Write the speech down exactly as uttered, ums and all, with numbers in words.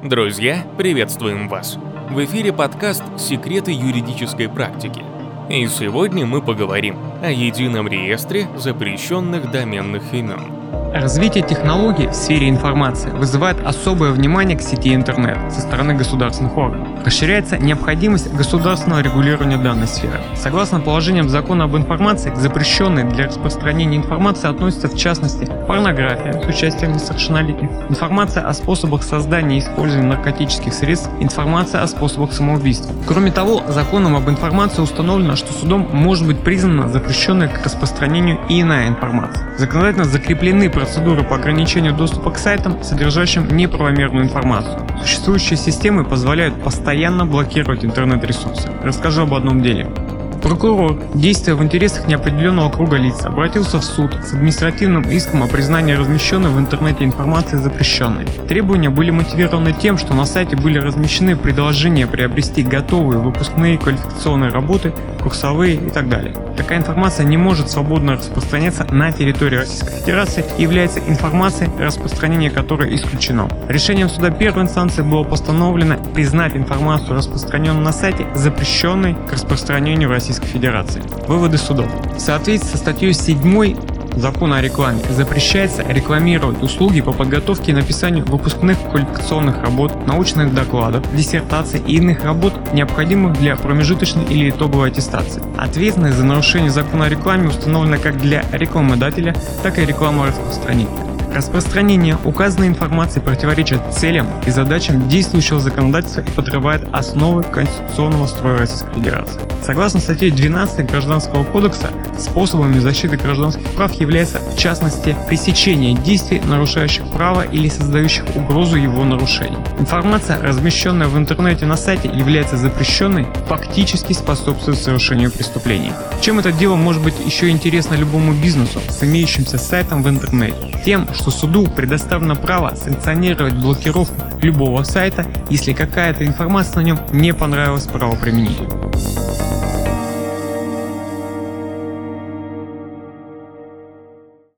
Друзья, приветствуем вас! В эфире подкаст «Секреты юридической практики». И сегодня мы поговорим о едином реестре запрещенных доменных имен. Развитие технологий в сфере информации вызывает особое внимание к сети интернет со стороны государственных органов. Расширяется необходимость государственного регулирования данной сферы. Согласно положениям Закона об информации, к запрещенной для распространения информации относятся в частности порнография с участием несовершеннолетних, информация о способах создания и использования наркотических средств, информация о способах самоубийства. Кроме того, Законом об информации установлено, что судом может быть признана запрещенной к распространению и иная информация. Законодательно закреплены процедуры по ограничению доступа к сайтам, содержащим неправомерную информацию. Существующие системы позволяют постоянно блокировать интернет-ресурсы. Расскажу об одном деле. Прокурор, действуя в интересах неопределенного круга лиц, обратился в суд с административным иском о признании размещенной в интернете информации запрещенной. Требования были мотивированы тем, что на сайте были размещены предложения приобрести готовые выпускные квалификационные работы, курсовые и так далее. Такая информация не может свободно распространяться на территории Российской Федерации и является информацией, распространение которой исключено. Решением суда первой инстанции было постановлено признать информацию, распространенную на сайте, запрещенной к распространению в Российской Федерации. Выводы судов. В соответствии со статьей седьмой Закона о рекламе запрещается рекламировать услуги по подготовке и написанию выпускных квалификационных работ, научных докладов, диссертаций и иных работ, необходимых для промежуточной или итоговой аттестации. Ответственность за нарушение Закона о рекламе установлена как для рекламодателя, так и рекламораспространителя. Распространение указанной информации противоречит целям и задачам действующего законодательства и подрывает основы конституционного строя Российской Федерации. Согласно статье двенадцатой Гражданского кодекса, способами защиты гражданских прав является, в частности, пресечение действий, нарушающих право или создающих угрозу его нарушений. Информация, размещенная в интернете на сайте, является запрещенной, фактически способствует совершению преступлений. Чем это дело может быть еще интересно любому бизнесу с имеющимся сайтом в интернете? Тем, что суду предоставлено право санкционировать блокировку любого сайта, если какая-то информация на нем не понравилась правоприменителю.